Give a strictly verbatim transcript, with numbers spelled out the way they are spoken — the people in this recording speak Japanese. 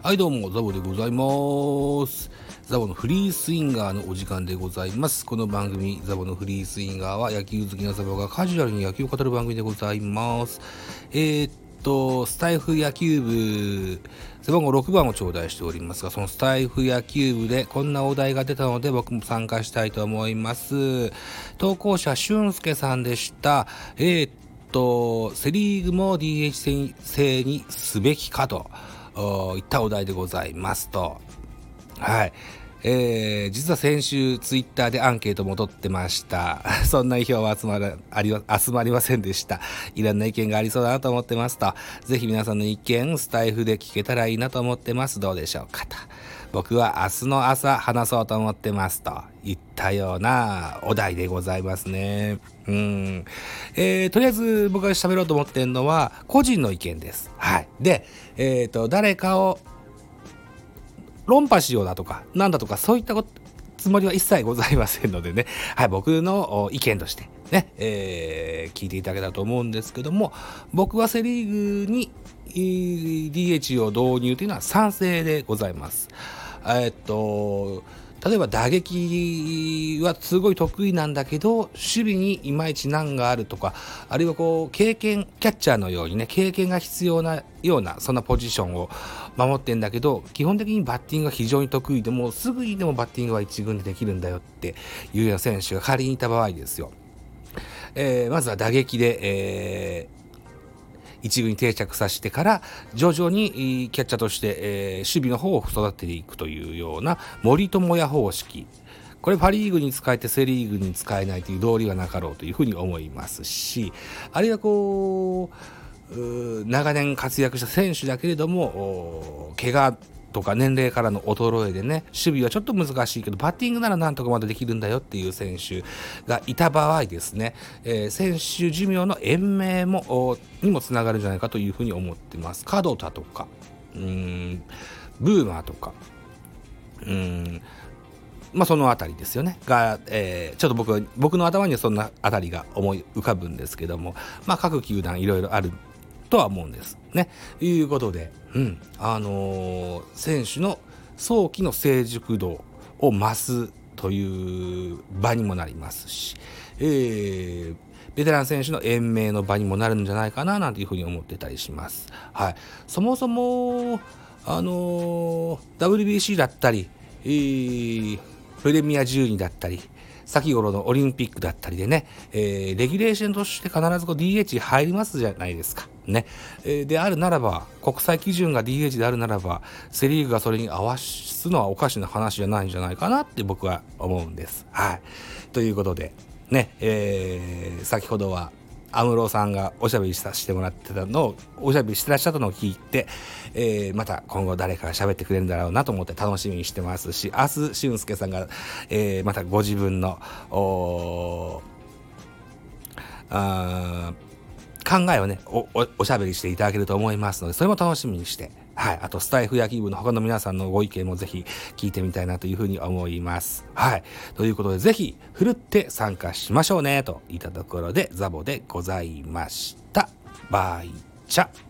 はいどうもザボでございます。ザボのフリースインガーのお時間でございます。この番組ザボのフリースインガーは野球好きなザボがカジュアルに野球を語る番組でございます。えー、っとスタイフ野球部背番号ろくばんを頂戴しておりますが、そのスタイフ野球部でこんなお題が出たので僕も参加したいと思います。投稿者俊介さんでした。えー、っとセリーグも ディーエイチ 制にすべきかといったお題でございますと。はい、えー、実は先週ツイッターでアンケートも取ってました。そんな意表は集まらあり集まりませんでした。いろんな意見がありそうだなと思ってますと、ぜひ皆さんの意見スタイフで聞けたらいいなと思ってます。どうでしょうかと。僕は明日の朝話そうと思ってますといったようなお題でございますね。うん、えー、とりあえず僕が喋ろうと思ってるのは個人の意見です。はい。で、えーと誰かを論破しようだとかなんだとかそういったことつもりは一切ございませんのでね、はい、僕の意見としてね、えー、聞いていただけたらと思うんですけども、僕はセリーグに ディーエイチ を導入というのは賛成でございます。えー、っと例えば打撃はすごい得意なんだけど守備にいまいち難があるとか、あるいはこう経験キャッチャーのようにね経験が必要なようなそんなポジションを守ってんだけど、基本的にバッティングが非常に得意でもすぐにでもバッティングは一軍でできるんだよっていうような選手が仮にいた場合ですよ、えー、まずは打撃で、えー一軍に定着させてから徐々にキャッチャーとして、えー、守備の方を育てていくというような森友哉方式、これパリーグに使えてセリーグに使えないという道理はなかろうというふうに思いますし、あるいはこう、う長年活躍した選手だけれども怪我とか年齢からの衰えでね守備はちょっと難しいけどバッティングならなんとかまだできるんだよっていう選手がいた場合ですね、えー、選手寿命の延命もにもつながるんじゃないかというふうに思ってます。門田とかうーんブーマーとかうーんまあそのあたりですよねが、えー、ちょっと僕僕の頭にはそんなあたりが思い浮かぶんですけども、まあ各球団いろいろあるとは思うんですね。いうことで、うん、あのー、選手の早期の成熟度を増すという場にもなりますし、えー、ベテラン選手の延命の場にもなるんじゃないかななんていうふうに思ってたりします。はい、そもそもあのー、ダブリュービーシー だったり、えー、プレミアじゅうにだったり。先頃のオリンピックだったりでね、えー、レギュレーションとして必ずこう ディーエイチ 入りますじゃないですかね、えー、であるならば国際基準が ディーエイチ であるならばセリーグがそれに合わすのはおかしな話じゃないんじゃないかなって僕は思うんです。はい、ということでね、えー、先ほどは安室さんがおしゃべりさせてもらってたのをおしゃべりしてらっしゃったのを聞いて、えー、また今後誰かが喋ってくれるんだろうなと思って楽しみにしてますし、明日俊介さんが、えー、またご自分のおあ考えをね お, お, おしゃべりしていただけると思いますので、それも楽しみにして、はい、あとスタイフ野球部の他の皆さんのご意見もぜひ聞いてみたいなというふうに思います。はい、ということでぜひふるって参加しましょうねといったところでザボでございました。バイチャ。